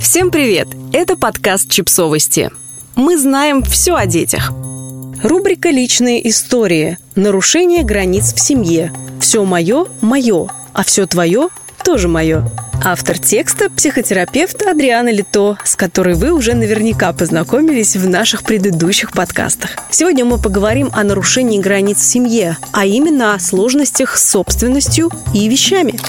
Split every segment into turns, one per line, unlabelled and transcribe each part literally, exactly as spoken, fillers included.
Всем привет! Это подкаст «Чипсовости». Мы знаем все о детях. Рубрика «Личные истории». Нарушение границ в семье. Все мое – мое, а все твое – тоже мое. Автор текста – психотерапевт Адриана Лито, с которой вы уже наверняка познакомились в наших предыдущих подкастах. Сегодня мы поговорим о нарушении границ в семье, а именно о сложностях с собственностью и вещами.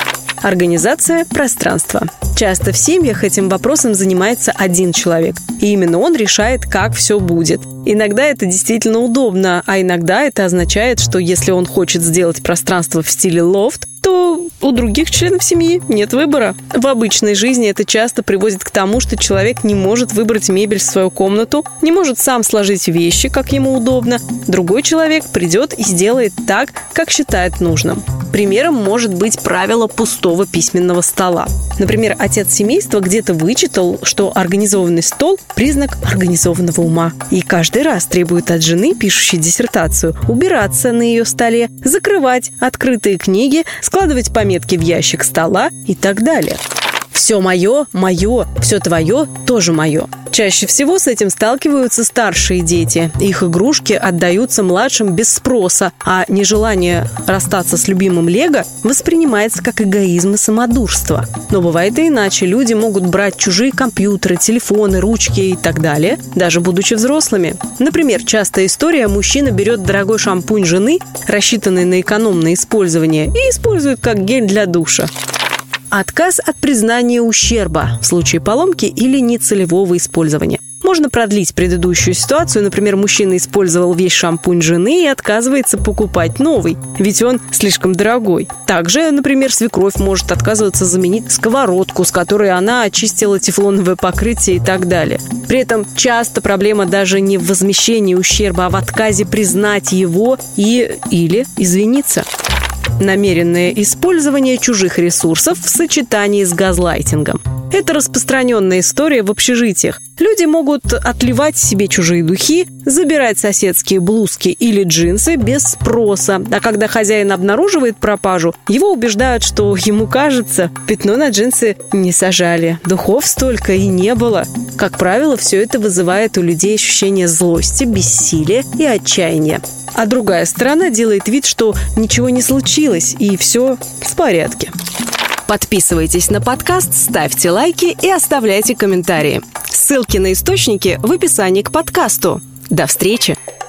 Организация пространства. Часто в семьях этим вопросом занимается один человек, и именно он решает, как все будет. Иногда это действительно удобно, а иногда это означает, что если он хочет сделать пространство в стиле лофт, то у других членов семьи нет выбора. В обычной жизни это часто приводит к тому, что человек не может выбрать мебель в свою комнату, не может сам сложить вещи, как ему удобно. Другой человек придет и сделает так, как считает нужным. Примером может быть правило пустого письменного стола. Например, отец семейства где-то вычитал, что организованный стол – признак организованного ума. И каждый раз требует от жены, пишущей диссертацию, убираться на ее столе, закрывать открытые книги, складывать пометки в ящик стола и так далее. Все мое – мое, все твое – тоже мое. Чаще всего с этим сталкиваются старшие дети. Их игрушки отдаются младшим без спроса, а нежелание расстаться с любимым лего воспринимается как эгоизм и самодурство. Но бывает и иначе. Люди могут брать чужие компьютеры, телефоны, ручки и так далее, даже будучи взрослыми. Например, частая история: мужчина берет дорогой шампунь жены, рассчитанный на экономное использование, и использует как гель для душа. Отказ от признания ущерба в случае поломки или нецелевого использования. Можно продлить предыдущую ситуацию. Например, мужчина использовал весь шампунь жены и отказывается покупать новый, ведь он слишком дорогой. Также, например, свекровь может отказываться заменить сковородку, с которой она очистила тефлоновое покрытие и так далее. При этом часто проблема даже не в возмещении ущерба, а в отказе признать его и или извиниться. Намеренное использование чужих ресурсов в сочетании с газлайтингом. Это распространенная история в общежитиях. Люди могут отливать себе чужие духи, забирать соседские блузки или джинсы без спроса. А когда хозяин обнаруживает пропажу, его убеждают, что ему кажется, пятно на джинсы не сажали, духов столько и не было. Как правило, все это вызывает у людей ощущение злости, бессилия и отчаяния. А другая сторона делает вид, что ничего не случилось и все в порядке. Подписывайтесь на подкаст, ставьте лайки и оставляйте комментарии. Ссылки на источники в описании к подкасту. До встречи!